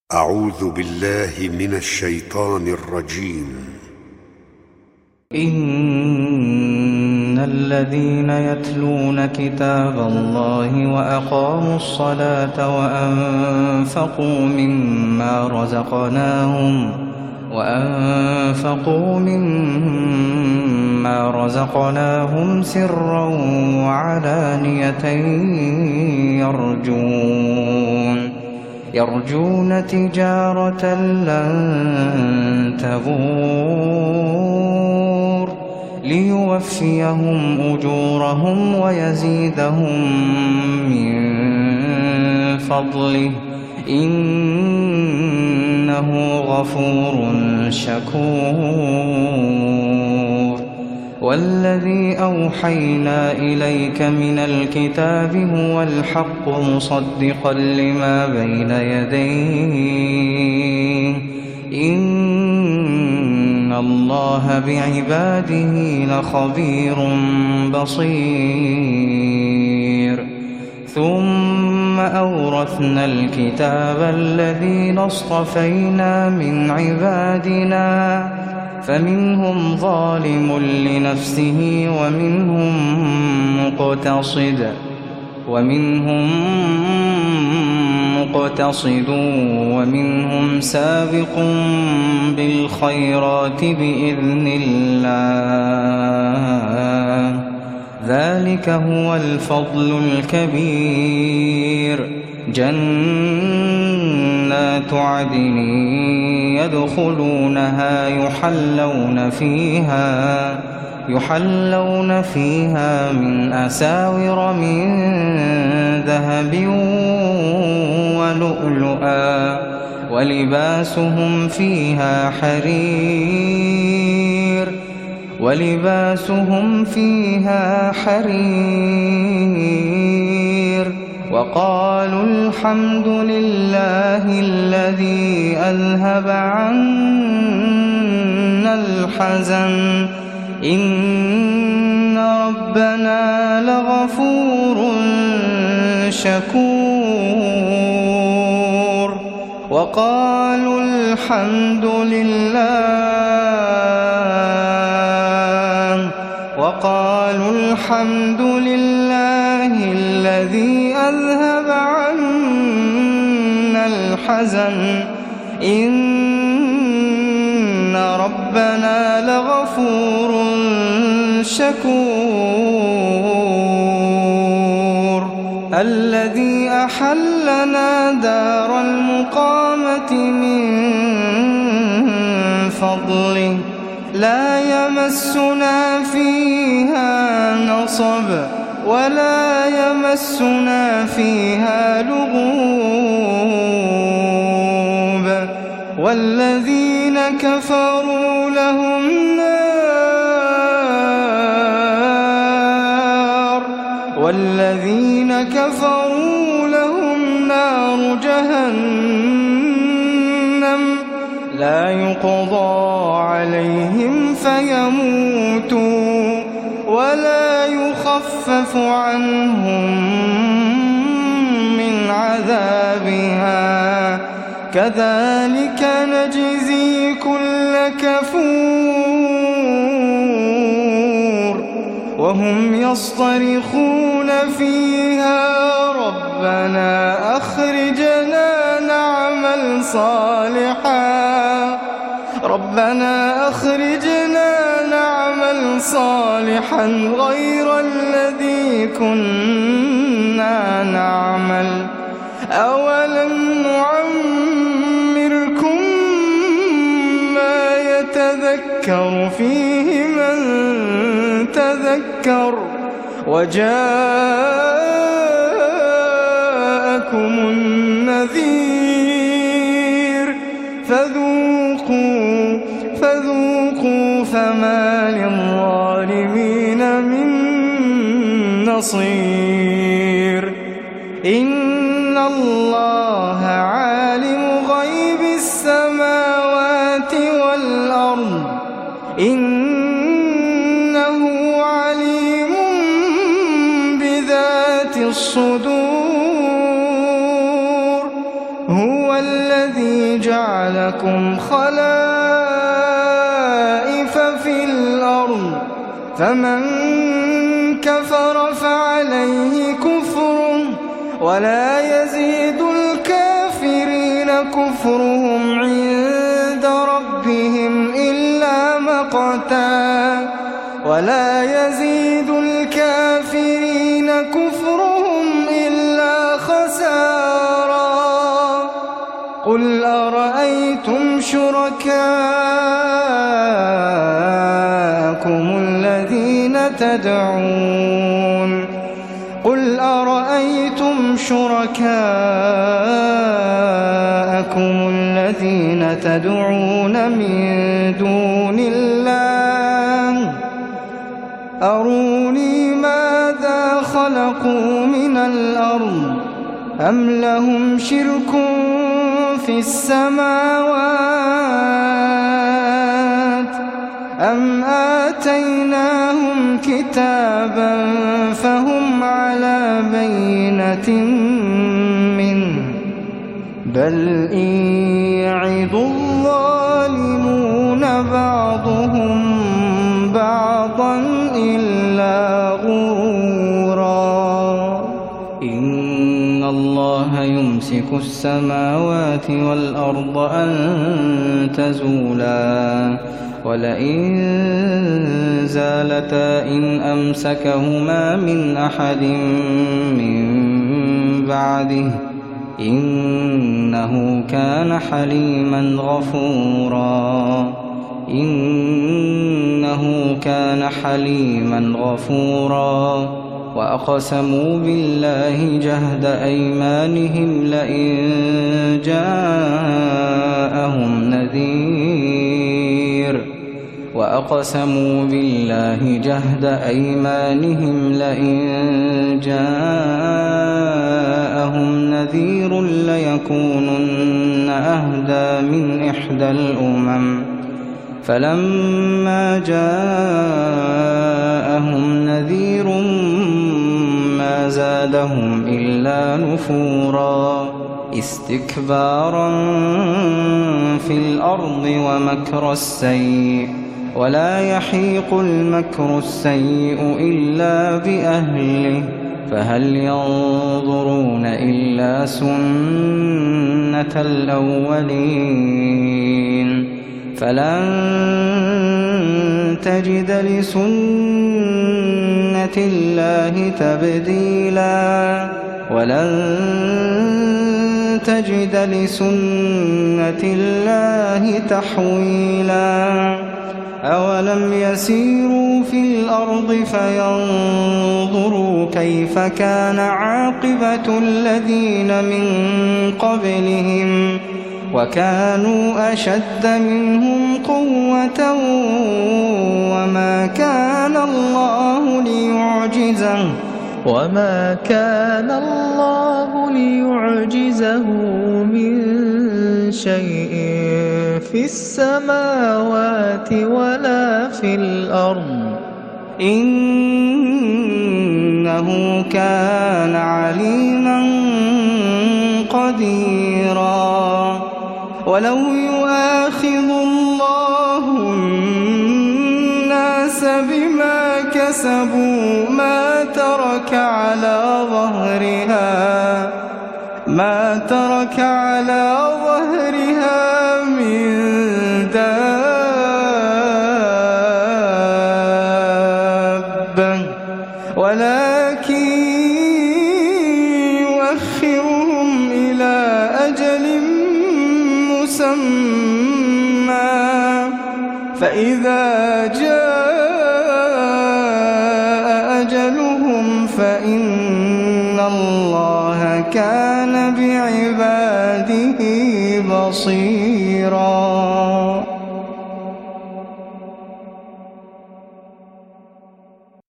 أعوذ بالله من الشيطان الرجيم. إن الذين يتلون كتاب الله وأقاموا الصلاة وأنفقوا مما رزقناهم سرا وعلانية يرجون تجارة لن تبور ليوفيهم أجورهم ويزيدهم من فضله إنه غفور شكور. والذي أوحينا إليك من الكتاب هو الحق مصدقا لما بين يديه إن الله بعباده لخبير بصير. ثم أورثنا الكتاب الذين اصطفينا من عبادنا فمنهم ظالم لنفسه ومنهم مقتصد ومنهم سابق بالخيرات بإذن الله ذلك هو الفضل الكبير. جنات عدن يدخلونها يحلون فيها من أساور من ذهب ولؤلؤا ولباسهم فيها حرير. وقالوا الحمد لله الذي أذهب عنا الحزن إن ربنا لغفور شكور. وقالوا الحمد لله الذي أذهب عنا الحزن إن ربنا لغفور شكور. الذي أحلنا دار المقامة من فضله لا يمسنا فيها نصب ولا يمسنا فيها لغوب. والذين كفروا لهم نار جهنم لا يقضى عليهم فيموتوا ولا يخفف عنهم من عذابها كذلك نجزي كل كفور. وهم يصطرخون فيها ربنا أخرجنا نعمل صالحا غير الذي كنا نعمل أولم نعمركم ما يتذكر فيه من تذكر وجاءكم النذير فذوقوا فما للظالمين من نصير. إن الله عالم غيب السماوات والأرض إنه عليم بذات الصدور. هو الذي الذي جعلكم خلائف في الأرض فمن كفر فعليه كفره ولا يزيد الكافرين كفرهم عند ربهم إلا مقتا ولا يزيد الكافرين كفرهم إلا خسارا قل أرأيتم شركاءكم الذين تدعون من دون الله أروني ماذا خلقوا من الأرض أم لهم شرك في السماوات أم آتيناهم كتابا فهم على بينة منه بل إن يعد الظالمون بعضهم بعضا إلا غرورا إن الله يمسك السماوات والأرض أن تزولا ولئن زالتا إن أمسكهما من أحد من بعده إنه كان حليما غفورا وأقسموا بالله جهد أيمانهم لئن جاءهم نذير ليكونن أهدى من إحدى الأمم فلما جاءهم نذير ما زادهم إلا نفورا استكبارا في الأرض ومكر السيء ولا يحيق المكر السيء إلا بأهله فهل ينظرون إلا سنة الأولين فلن تجد لسنة الله تبديلا ولن تجد لسنة الله تحويلا أولم يسيروا في الأرض فينظروا كيف كان عاقبة الذين من قبلهم وكانوا أشد منهم قوة وما كان الله ليعجزه من شيء في السماوات ولا في الأرض إنه كان عليما قديرا ولو يؤاخذ الله الناس بما كسبوا ما ترك على ظهرها من دابة ولكن يؤخرهم إلى أجل مسمى فإذا جاء أجلهم فإن الله كان بعباده بصيرا.